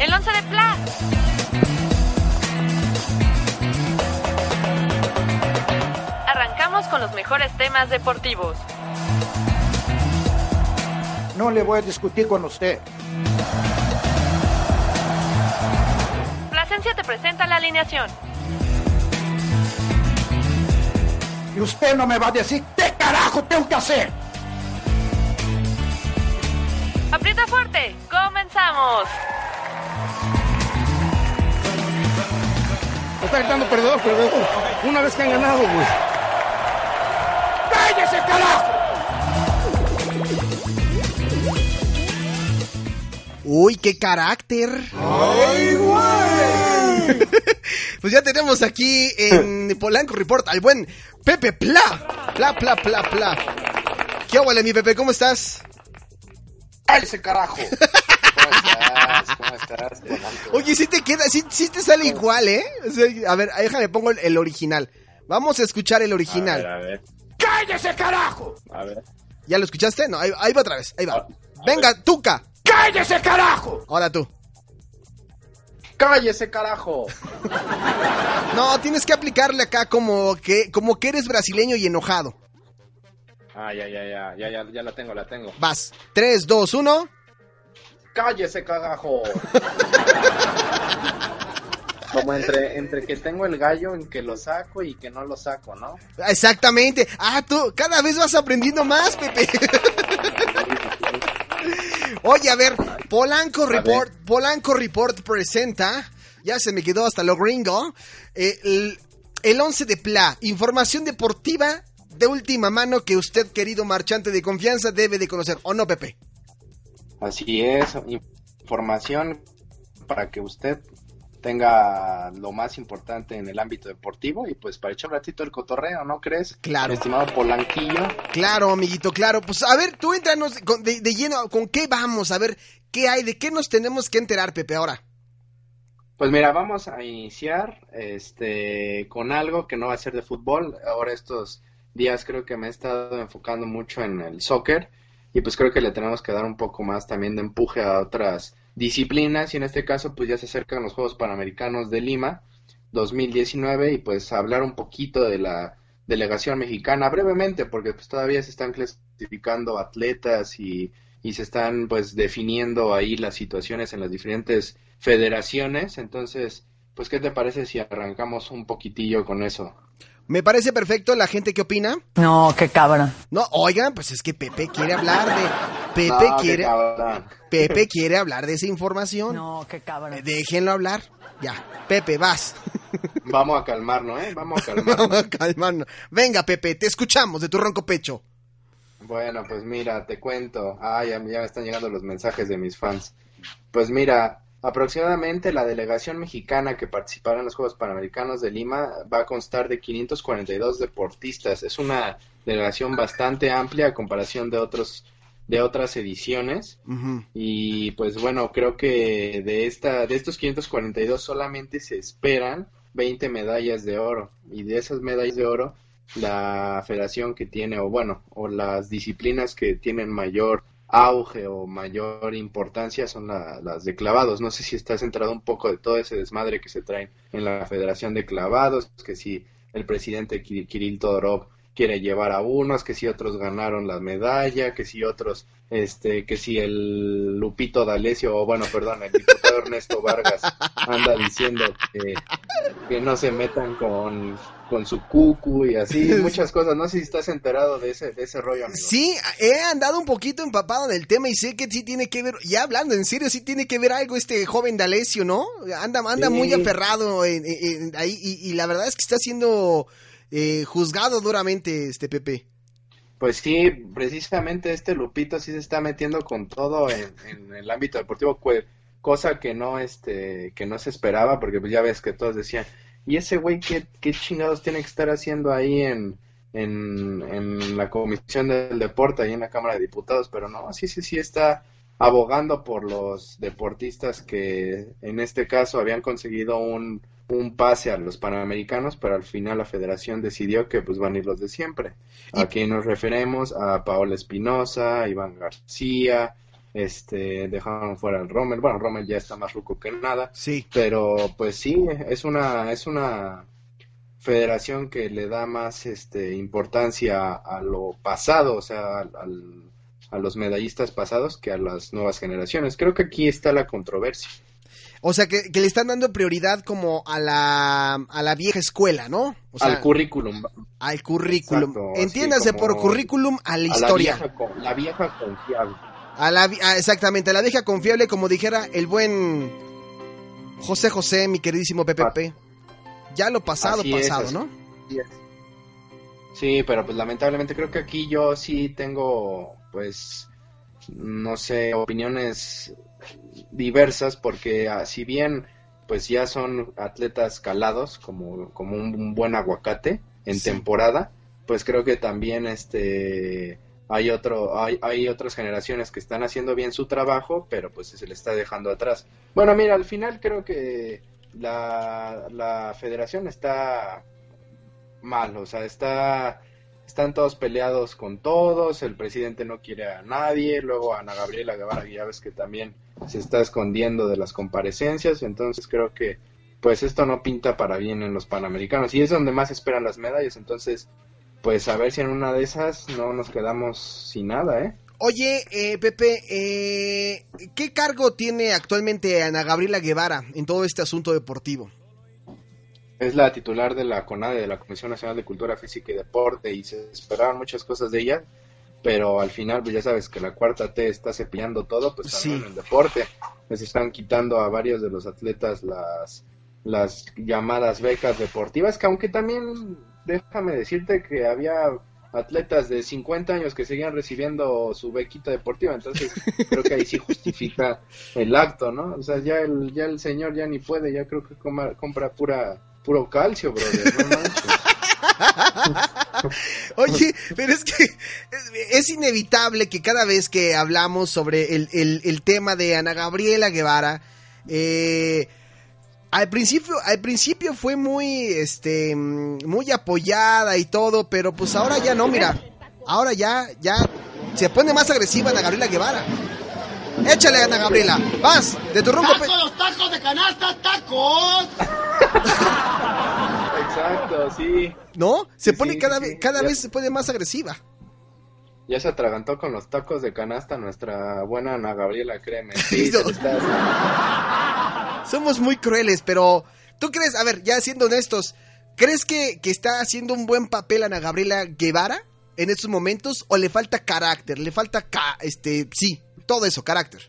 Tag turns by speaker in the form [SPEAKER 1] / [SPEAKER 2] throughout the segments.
[SPEAKER 1] El once de Pla. Arrancamos con los mejores temas deportivos.
[SPEAKER 2] No le voy a discutir con usted.
[SPEAKER 1] Plasencia te presenta la alineación.
[SPEAKER 2] Y usted no me va a decir qué carajo tengo que hacer.
[SPEAKER 1] Aprieta fuerte, comenzamos.
[SPEAKER 3] Está gritando perdedor. Una vez que han ganado, güey.
[SPEAKER 2] ¡Cállese, carajo!
[SPEAKER 4] ¡Uy, qué carácter!
[SPEAKER 3] ¡Ay, güey!
[SPEAKER 4] Pues ya tenemos aquí en Polanco Report al buen Pepe Pla. Pla. ¿Qué huele, mi Pepe? ¿Cómo estás?
[SPEAKER 3] ¡Cállese, carajo! ¿Cómo estás?
[SPEAKER 4] Oye, sí te queda, sí te sale igual, ¿eh? O sea, a ver, déjame pongo el original. Vamos a escuchar el original.
[SPEAKER 3] A ver.
[SPEAKER 2] ¡Cállese, carajo!
[SPEAKER 3] A ver.
[SPEAKER 4] ¿Ya lo escuchaste? No, ahí va otra vez, ahí va. Venga, Tuca.
[SPEAKER 2] ¡Cállese, carajo!
[SPEAKER 4] Ahora tú.
[SPEAKER 3] ¡Cállese, carajo!
[SPEAKER 4] No, tienes que aplicarle acá como que eres brasileño y enojado.
[SPEAKER 3] Ya la tengo.
[SPEAKER 4] Vas, 3, 2, 1.
[SPEAKER 3] ¡Cállese, carajo! Como entre que tengo el gallo en que lo saco y que no lo saco, ¿no?
[SPEAKER 4] Exactamente. Tú cada vez vas aprendiendo más, Pepe. Oye, a ver, Polanco Report presenta, ya se me quedó hasta lo gringo, el once de Pla, información deportiva de última mano que usted, querido marchante de confianza, debe de conocer, ¿o no, Pepe?
[SPEAKER 3] Así es, información para que usted tenga lo más importante en el ámbito deportivo y pues para echar un ratito el cotorreo, ¿no crees?
[SPEAKER 4] Claro.
[SPEAKER 3] Estimado Polanquillo.
[SPEAKER 4] Claro, amiguito, claro. Pues a ver, tú éntranos de lleno, ¿con qué vamos? A ver, ¿qué hay? ¿De qué nos tenemos que enterar, Pepe, ahora?
[SPEAKER 3] Pues mira, vamos a iniciar con algo que no va a ser de fútbol. Ahora estos días creo que me he estado enfocando mucho en el soccer y pues creo que le tenemos que dar un poco más también de empuje a otras disciplinas y en este caso pues ya se acercan los Juegos Panamericanos de Lima 2019 y pues hablar un poquito de la delegación mexicana brevemente porque pues todavía se están clasificando atletas y se están pues definiendo ahí las situaciones en las diferentes federaciones, entonces pues ¿qué te parece si arrancamos un poquitillo con eso?
[SPEAKER 4] Me parece perfecto. ¿La gente qué opina?
[SPEAKER 5] No, qué cabrón.
[SPEAKER 4] No, oigan, pues es que Pepe quiere hablar de... Pepe quiere hablar de esa información.
[SPEAKER 5] No, qué cabrón.
[SPEAKER 4] Déjenlo hablar. Ya, Pepe, vas.
[SPEAKER 3] Vamos a calmarnos, Vamos
[SPEAKER 4] a calmarnos. Venga, Pepe, te escuchamos de tu ronco pecho.
[SPEAKER 3] Bueno, pues mira, te cuento. Ya me están llegando los mensajes de mis fans. Pues mira, aproximadamente la delegación mexicana que participará en los Juegos Panamericanos de Lima va a constar de 542 deportistas. Es una delegación bastante amplia a comparación de otras ediciones.
[SPEAKER 4] Uh-huh.
[SPEAKER 3] Y pues bueno, creo que de estos 542 solamente se esperan 20 medallas de oro. Y de esas medallas de oro, la federación que tiene, o las disciplinas que tienen mayor auge o mayor importancia son las de clavados. No sé si estás enterado un poco de todo ese desmadre que se traen en la Federación de Clavados, que si el presidente Kirill Todorov quiere llevar a unos, que si otros ganaron la medalla, que si otros, que si el Lupito D'Alessio, el diputado Ernesto Vargas anda diciendo que no se metan con su cucu y así, muchas cosas. No sé si estás enterado de ese rollo, amigo.
[SPEAKER 4] Sí, he andado un poquito empapado en el tema y sé que sí tiene que ver, ya hablando en serio, sí tiene que ver algo este joven D'Alessio, ¿no? Anda sí, muy aferrado ahí y la verdad es que está siendo juzgado duramente Pepe.
[SPEAKER 3] Pues sí, precisamente este Lupito sí se está metiendo con todo en el ámbito deportivo, cosa que no se esperaba, porque pues ya ves que todos decían, ¿y ese güey qué chingados tiene que estar haciendo ahí en la Comisión del Deporte, ahí en la Cámara de Diputados? Pero no, sí está abogando por los deportistas que en este caso habían conseguido un pase a los Panamericanos, pero al final la federación decidió que pues van a ir los de siempre. Aquí nos referimos a Paola Espinosa, Iván García, dejaron fuera al Rommel. Bueno, Rommel ya está más ruco que nada.
[SPEAKER 4] Sí.
[SPEAKER 3] Pero pues sí, es una federación que le da más importancia a lo pasado, o sea, a los medallistas pasados que a las nuevas generaciones. Creo que aquí está la controversia.
[SPEAKER 4] O sea, que le están dando prioridad como a la vieja escuela, ¿no? O sea,
[SPEAKER 3] al currículum.
[SPEAKER 4] Al currículum.
[SPEAKER 3] Exacto,
[SPEAKER 4] entiéndase por currículum a la historia.
[SPEAKER 3] La vieja confiable.
[SPEAKER 4] Exactamente, a la vieja confiable, como dijera el buen José, mi queridísimo Pepe. Ya lo pasado, ¿no?
[SPEAKER 3] Sí, pero pues lamentablemente creo que aquí yo sí tengo, pues, no sé, opiniones diversas, porque si bien pues ya son atletas calados como un buen aguacate en temporada, pues creo que también hay otras generaciones que están haciendo bien su trabajo, pero pues se le está dejando atrás. Bueno, mira, al final creo que la federación está mal, o sea, están todos peleados con todos, el presidente no quiere a nadie, luego Ana Gabriela Guevara, ya ves que también se está escondiendo de las comparecencias, entonces creo que pues esto no pinta para bien en los Panamericanos, y es donde más esperan las medallas, entonces pues a ver si en una de esas no nos quedamos sin nada, ¿eh?
[SPEAKER 4] Oye, Pepe, ¿qué cargo tiene actualmente Ana Gabriela Guevara en todo este asunto deportivo?
[SPEAKER 3] Es la titular de la CONADE, de la Comisión Nacional de Cultura Física y Deporte, y se esperaban muchas cosas de ella, pero al final pues ya sabes que la cuarta T está cepillando todo, pues también en el deporte les están quitando a varios de los atletas las llamadas becas deportivas, que aunque también déjame decirte que había atletas de 50 años que seguían recibiendo su bequita deportiva, entonces creo que ahí sí justifica el acto, ¿no? O sea, ya el señor ya ni puede, ya creo que compra puro calcio, brother, no manches.
[SPEAKER 4] Oye, pero es que es inevitable que cada vez que hablamos sobre el tema de Ana Gabriela Guevara, al principio fue muy apoyada y todo, pero pues ahora ya no, mira, ahora ya se pone más agresiva Ana Gabriela Guevara. Échale, Ana Gabriela, vas, de tu rumbo.
[SPEAKER 2] Los tacos de canasta, tacos.
[SPEAKER 3] Exacto, sí.
[SPEAKER 4] ¿No? Se pone cada vez se pone más agresiva.
[SPEAKER 3] Ya se atragantó con los tacos de canasta nuestra buena Ana Gabriela, créeme. Sí, se le está...
[SPEAKER 4] Somos muy crueles, pero ¿tú crees, a ver, ya siendo honestos, ¿crees que está haciendo un buen papel Ana Gabriela Guevara en estos momentos o le falta carácter? Le falta sí, todo eso, carácter.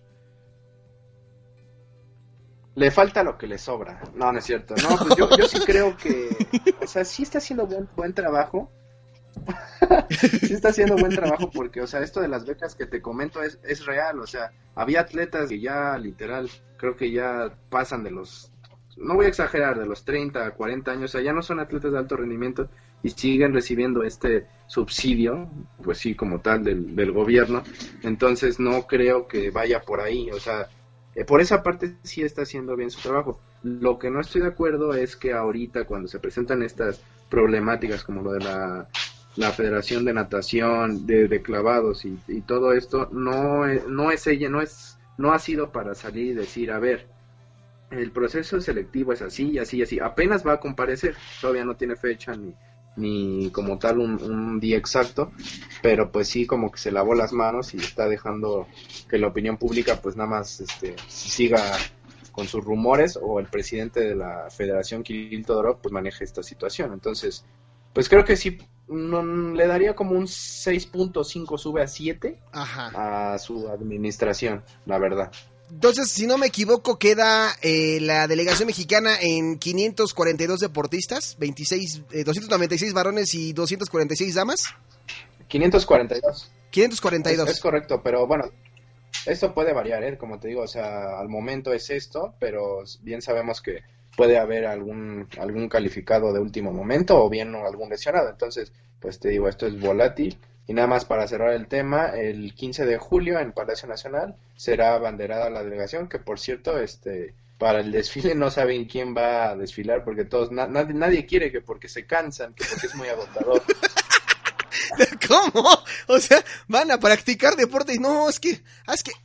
[SPEAKER 3] Le falta lo que le sobra. No, no es cierto. No, pues yo sí creo que, o sea, sí está haciendo buen trabajo. Sí está haciendo buen trabajo porque, o sea, esto de las becas que te comento es real, o sea, había atletas que ya literal, creo que ya pasan de los, no voy a exagerar, de los 30 a 40 años, o sea, ya no son atletas de alto rendimiento y siguen recibiendo este subsidio, pues sí, como tal, del gobierno, entonces no creo que vaya por ahí, o sea, por esa parte sí está haciendo bien su trabajo. Lo que no estoy de acuerdo es que ahorita cuando se presentan estas problemáticas como lo de la Federación de Natación, de clavados y todo esto, no ha sido para salir y decir, a ver, el proceso selectivo es así, así, así, apenas va a comparecer, todavía no tiene fecha ni como tal un día exacto, pero pues sí como que se lavó las manos y está dejando que la opinión pública pues nada más siga con sus rumores, o el presidente de la Federación, Kirill Todorov, pues maneje esta situación. Entonces, pues creo que sí, le daría como un 6.5, sube a 7 a su administración, la verdad.
[SPEAKER 4] Entonces, si no me equivoco, queda la delegación mexicana en 542 deportistas, 296 varones y 246 damas.
[SPEAKER 3] 542.
[SPEAKER 4] 542.
[SPEAKER 3] Es correcto, pero bueno, esto puede variar, como te digo, o sea, al momento es esto, pero bien sabemos que puede haber algún calificado de último momento o bien algún lesionado, entonces, pues te digo, esto es volátil. Y nada más para cerrar el tema, el 15 de julio en Palacio Nacional será abanderada la delegación, que por cierto, para el desfile no saben quién va a desfilar, porque todos, nadie quiere, que porque se cansan, que porque es muy agotador.
[SPEAKER 4] ¿Cómo? O sea, van a practicar deporte y no, es que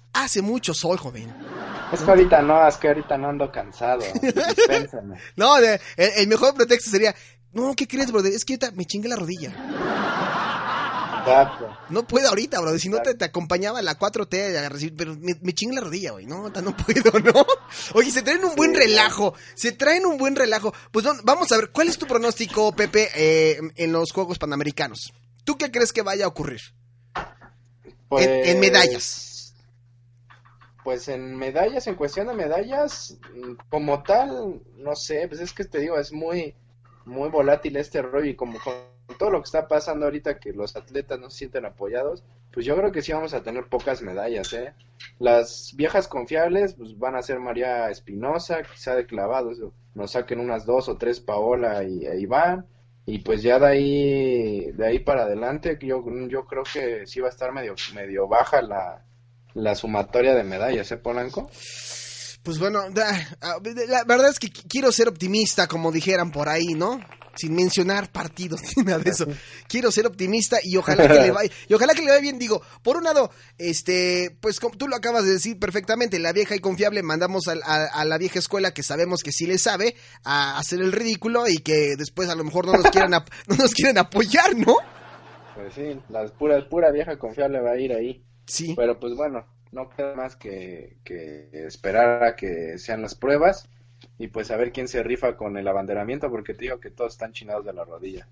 [SPEAKER 4] Hace mucho sol, joven.
[SPEAKER 3] Es que ahorita no ando cansado. Dispénsame.
[SPEAKER 4] No, el mejor pretexto sería, no, ¿qué crees, brother? Es que ahorita me chingué la rodilla.
[SPEAKER 3] Exacto.
[SPEAKER 4] No puedo ahorita, brother. Si no te acompañaba la 4T a recibir, pero me chingué la rodilla, güey. No, no puedo, ¿no? Oye, se traen un buen relajo. Pues vamos a ver, ¿cuál es tu pronóstico, Pepe, en los Juegos Panamericanos? ¿Tú qué crees que vaya a ocurrir?
[SPEAKER 3] Pues,
[SPEAKER 4] en medallas.
[SPEAKER 3] Pues en medallas, en cuestión de medallas, como tal, no sé, pues es que te digo, es muy, muy volátil este rollo y como con todo lo que está pasando ahorita que los atletas no se sienten apoyados, pues yo creo que sí vamos a tener pocas medallas, ¿eh? Las viejas confiables, pues van a ser María Espinosa, quizá de clavados, nos saquen unas 2 o 3 Paola y Iván, y pues ya de ahí para adelante, yo creo que sí va a estar medio baja la sumatoria de medallas, ¿eh, Polanco?
[SPEAKER 4] Pues bueno, la verdad es que quiero ser optimista, como dijeran por ahí, ¿no? Sin mencionar partidos ni nada de eso. Quiero ser optimista y ojalá que le vaya bien. Digo, por un lado, pues como tú lo acabas de decir perfectamente, la vieja y confiable mandamos a la vieja escuela que sabemos que sí le sabe a hacer el ridículo y que después a lo mejor no nos quieren apoyar, ¿no?
[SPEAKER 3] Pues sí, la pura vieja confiable va a ir ahí.
[SPEAKER 4] Sí.
[SPEAKER 3] Pero pues bueno, no queda más que esperar a que sean las pruebas y pues a ver quién se rifa con el abanderamiento, porque te digo que todos están chinados de la rodilla.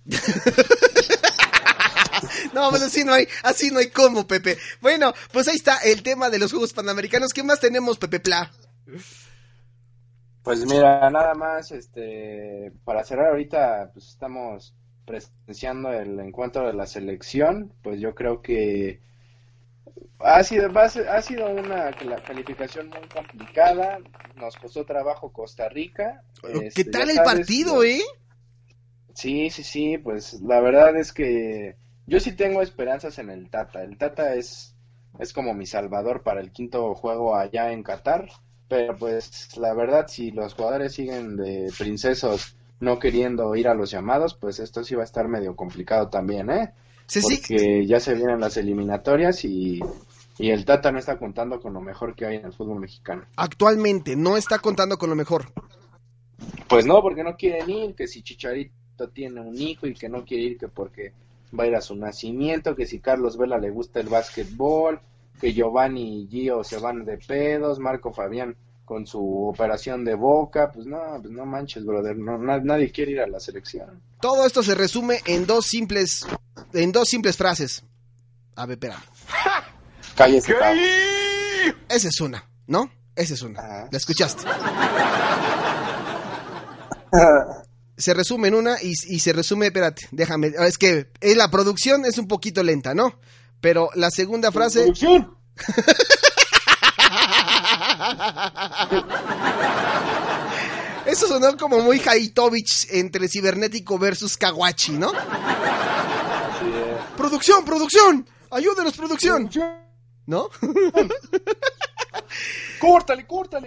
[SPEAKER 4] No, pues así no hay cómo, Pepe. Bueno, pues ahí está el tema de los Juegos Panamericanos. ¿Qué más tenemos, Pepe Pla?
[SPEAKER 3] Pues mira, nada más, para cerrar ahorita, pues estamos presenciando el encuentro de la selección, pues yo creo que ha sido una calificación muy complicada, nos costó trabajo Costa Rica.
[SPEAKER 4] ¿Qué tal el partido,
[SPEAKER 3] Sí, pues la verdad es que yo sí tengo esperanzas en el Tata. El Tata es como mi salvador para el quinto juego allá en Qatar, pero pues la verdad si los jugadores siguen de princesos no queriendo ir a los llamados, pues esto sí va a estar medio complicado también, porque ya se vienen las eliminatorias y el Tata no está contando con lo mejor que hay en el fútbol mexicano.
[SPEAKER 4] Actualmente no está contando con lo mejor.
[SPEAKER 3] Pues no, porque no quieren ir, que si Chicharito tiene un hijo y que no quiere ir, que porque va a ir a su nacimiento, que si Carlos Vela le gusta el básquetbol, que Giovanni y Gio se van de pedos, Marco Fabián con su operación de boca, pues no manches, brother, nadie quiere ir a la selección.
[SPEAKER 4] Todo esto se resume en dos simples frases. A ver, espérame.
[SPEAKER 3] Cállese,
[SPEAKER 4] Esa es una, ¿no? Esa es una.
[SPEAKER 3] Ajá.
[SPEAKER 4] ¿La escuchaste? Se resume en una y se resume, espérate, déjame, es que la producción es un poquito lenta, ¿no? Pero la segunda frase...
[SPEAKER 3] ¡Producción!
[SPEAKER 4] Eso sonó como muy Haitovich entre Cibernético versus Kawachi, ¿no?
[SPEAKER 3] Así es.
[SPEAKER 4] ¡Producción! ¡Ayúdenos, producción! ¿No?
[SPEAKER 3] ¡Córtale!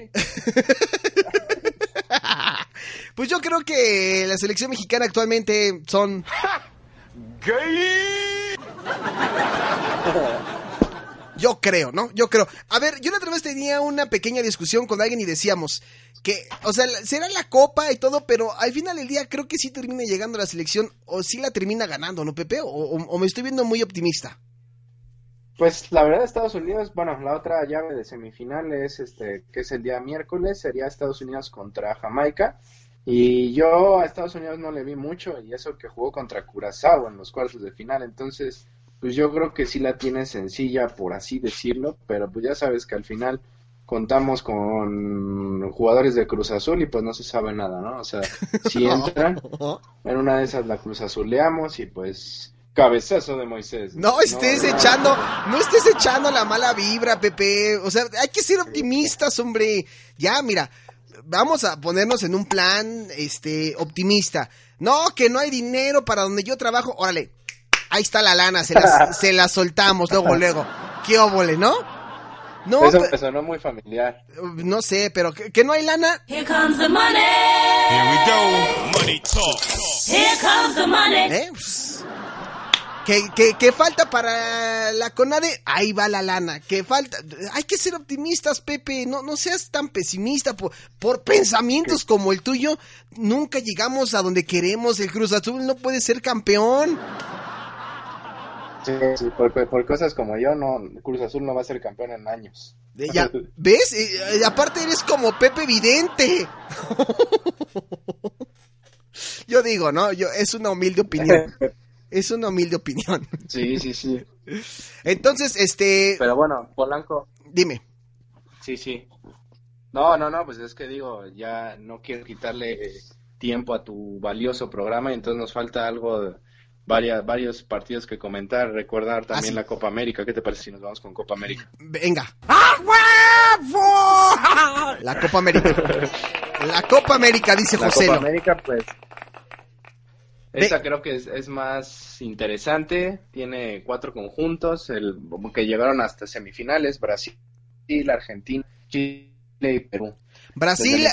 [SPEAKER 4] Pues yo creo que la selección mexicana actualmente son...
[SPEAKER 2] ¡Gay!
[SPEAKER 4] Yo creo, ¿no? A ver, yo la otra vez tenía una pequeña discusión con alguien y decíamos que, o sea, será la copa y todo, pero al final del día creo que sí termina llegando a la selección o sí la termina ganando, ¿no, Pepe? O me estoy viendo muy optimista.
[SPEAKER 3] Pues la verdad Estados Unidos, bueno, la otra llave de semifinales, que es el día miércoles, sería Estados Unidos contra Jamaica. Y yo a Estados Unidos no le vi mucho, y eso que jugó contra Curazao en los cuartos de final, entonces pues yo creo que sí la tiene sencilla, por así decirlo, pero pues ya sabes que al final contamos con jugadores de Cruz Azul y pues no se sabe nada, ¿no? O sea, si entran, en una de esas la Cruz Azuleamos y pues cabezazo de Moisés.
[SPEAKER 4] No estés echando la mala vibra, Pepe, o sea, hay que ser optimistas, hombre. Ya, mira, vamos a ponernos en un plan optimista. No, que no hay dinero para donde yo trabajo, órale. Ahí está la lana, se la soltamos luego. ¿Qué óvole, no? No,
[SPEAKER 3] eso me sonó muy familiar.
[SPEAKER 4] No sé, pero que no hay lana.
[SPEAKER 5] Here comes the money. Here we go. Money talk. Here comes the money.
[SPEAKER 4] Que falta para la CONADE, ahí va la lana. Que falta, hay que ser optimistas, Pepe, no seas tan pesimista. Por pensamientos como el tuyo, nunca llegamos a donde queremos. El Cruz Azul no puede ser campeón.
[SPEAKER 3] Sí, por cosas como yo, no, Cruz Azul no va a ser campeón en años.
[SPEAKER 4] Ya, ¿ves? Aparte eres como Pepe Vidente. Yo digo, ¿no? Es una humilde opinión. Es una humilde opinión.
[SPEAKER 3] Sí.
[SPEAKER 4] Entonces,
[SPEAKER 3] Pero bueno, Polanco.
[SPEAKER 4] Dime.
[SPEAKER 3] Sí. No, pues es que digo, ya no quiero quitarle tiempo a tu valioso programa, y entonces nos falta algo, varios partidos que comentar, recordar también la Copa América. ¿Qué te parece si nos vamos con Copa América?
[SPEAKER 4] Venga. La Copa América. La Copa América, dice José.
[SPEAKER 3] La Copa América, pues... Esta creo que es más interesante, tiene 4 conjuntos, que llegaron hasta semifinales: Brasil, Argentina, Chile y Perú.
[SPEAKER 4] Brasil,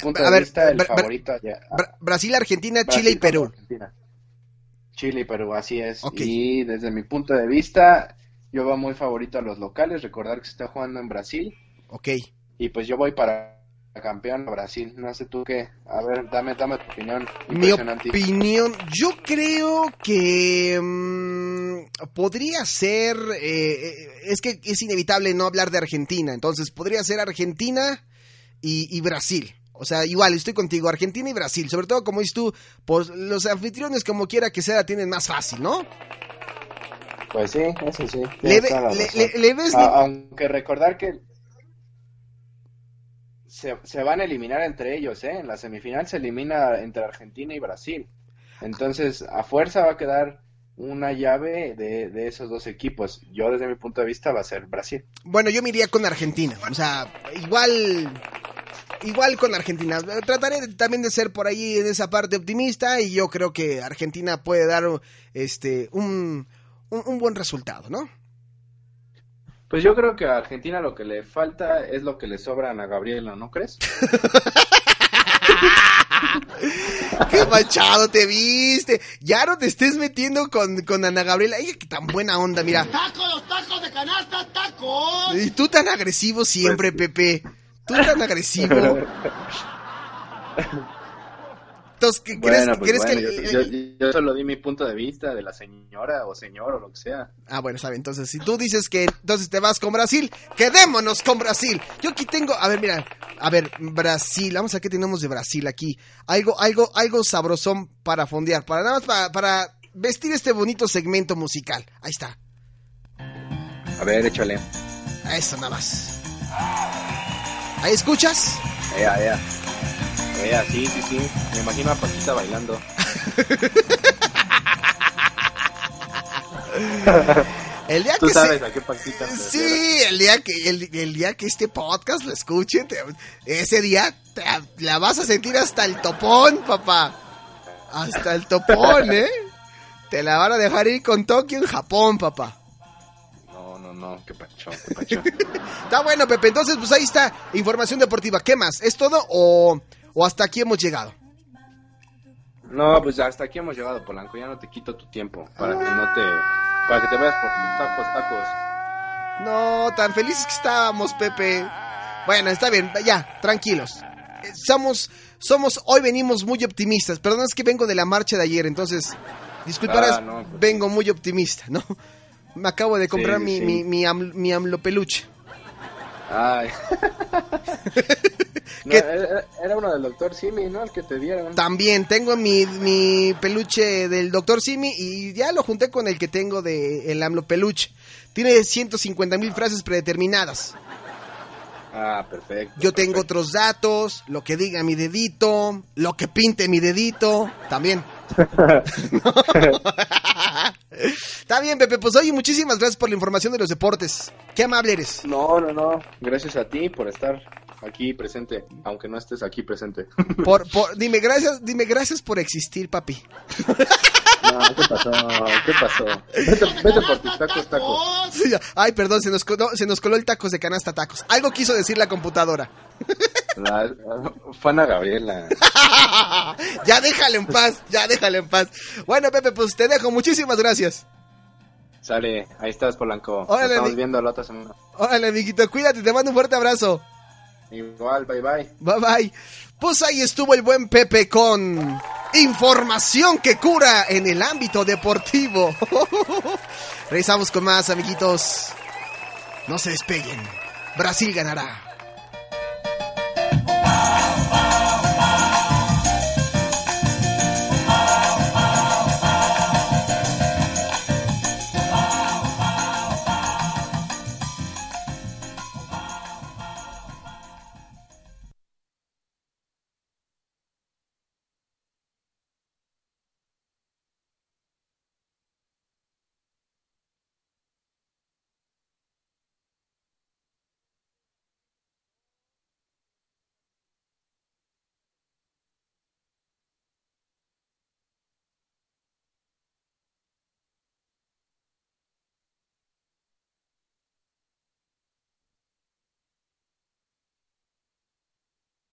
[SPEAKER 4] Brasil, Argentina, Chile y Perú.
[SPEAKER 3] Argentina. Chile y Perú, así es.
[SPEAKER 4] Okay.
[SPEAKER 3] Y desde mi punto de vista, yo veo muy favorito a los locales, recordar que se está jugando en Brasil.
[SPEAKER 4] Ok.
[SPEAKER 3] Y pues yo voy para campeón a Brasil, no sé tú qué. A ver, dame tu opinión.
[SPEAKER 4] Mi opinión, yo creo que podría ser, es que es inevitable no hablar de Argentina, entonces podría ser Argentina y Brasil. O sea, igual, estoy contigo, Argentina y Brasil, sobre todo como dices tú, pues los anfitriones como quiera que sea la tienen más fácil, ¿no?
[SPEAKER 3] Pues sí, eso sí.
[SPEAKER 4] ¿Le ves?
[SPEAKER 3] Aunque recordar que se van a eliminar entre ellos, ¿eh? En la semifinal se elimina entre Argentina y Brasil. Entonces, a fuerza va a quedar una llave de esos dos equipos. Yo, desde mi punto de vista, va a ser Brasil.
[SPEAKER 4] Bueno, yo me iría con Argentina. O sea, igual con Argentina. Trataré también de ser por ahí en esa parte optimista, y yo creo que Argentina puede dar un buen resultado, ¿no?
[SPEAKER 3] Pues yo creo que a Argentina lo que le falta es lo que le sobra a Ana Gabriela, ¿no crees?
[SPEAKER 4] ¡Qué manchado te viste! Ya no te estés metiendo con Ana Gabriela. Ella, que tan buena onda, mira.
[SPEAKER 2] ¡Los tacos de canasta, tacos!
[SPEAKER 4] Y tú tan agresivo siempre, pues... Pepe. Tú tan agresivo. Entonces, ¿crees que
[SPEAKER 3] yo solo di mi punto de vista de la señora o señor o lo que sea?
[SPEAKER 4] Ah, bueno, sabe, entonces si tú dices que entonces te vas con Brasil, quedémonos con Brasil. Yo aquí tengo, Brasil, vamos a ver qué tenemos de Brasil aquí. Algo sabrosón para fondear, nada más para vestir este bonito segmento musical. Ahí está.
[SPEAKER 3] A ver, échale.
[SPEAKER 4] Eso nada más. ¿Ahí escuchas?
[SPEAKER 3] Sí. Me imagino a Paquita bailando.
[SPEAKER 4] El día
[SPEAKER 3] ¿Tú
[SPEAKER 4] que
[SPEAKER 3] sabes a qué Paquita?
[SPEAKER 4] Sí, el día que este podcast lo escuchen, ese día la vas a sentir hasta el topón, papá. Hasta el topón, ¿eh? Te la van a dejar ir con Tokio en Japón, papá.
[SPEAKER 3] No, qué pacho.
[SPEAKER 4] Está bueno, Pepe, entonces pues ahí está, información deportiva. ¿Qué más? ¿Es todo o hasta aquí hemos llegado?
[SPEAKER 3] No, pues hasta aquí hemos llegado, Polanco, ya no te quito tu tiempo, para que te vayas por tus tacos.
[SPEAKER 4] No, tan felices que estábamos, Pepe. Bueno, está bien, ya, tranquilos. Hoy venimos muy optimistas. Perdón, es que vengo de la marcha de ayer, entonces, disculparás,
[SPEAKER 3] pues
[SPEAKER 4] vengo muy optimista, ¿no? Me acabo de comprar mi AMLO peluche.
[SPEAKER 3] Ay. No, era uno del Dr. Simi, ¿no? El que te dieron.
[SPEAKER 4] También tengo mi peluche del Dr. Simi y ya lo junté con el que tengo de el AMLO peluche. Tiene 150,000 frases predeterminadas.
[SPEAKER 3] Ah, perfecto.
[SPEAKER 4] Yo tengo otros datos, lo que diga mi dedito, lo que pinte mi dedito, también. Está bien, Pepe, pues oye, muchísimas gracias por la información de los deportes. Qué amable eres.
[SPEAKER 3] No. Gracias a ti por estar aquí presente, aunque no estés aquí presente.
[SPEAKER 4] Dime gracias por existir, papi.
[SPEAKER 3] No, ¿qué pasó? Vete por tus tacos.
[SPEAKER 4] Sí, ay, perdón, se nos coló el tacos de canasta tacos. Algo quiso decir la computadora.
[SPEAKER 3] Fue Ana Gabriela.
[SPEAKER 4] Ya déjale en paz. Bueno, Pepe, pues te dejo. Muchísimas gracias.
[SPEAKER 3] Sale, ahí estás, Polanco.
[SPEAKER 4] Órale,
[SPEAKER 3] Nos estamos viendo la otra semana.
[SPEAKER 4] Órale, amiguito, cuídate, te mando un fuerte abrazo.
[SPEAKER 3] Igual, bye bye.
[SPEAKER 4] Bye bye. Pues ahí estuvo el buen Pepe con información que cura en el ámbito deportivo. Regresamos con más, amiguitos. No se despeguen. Brasil ganará.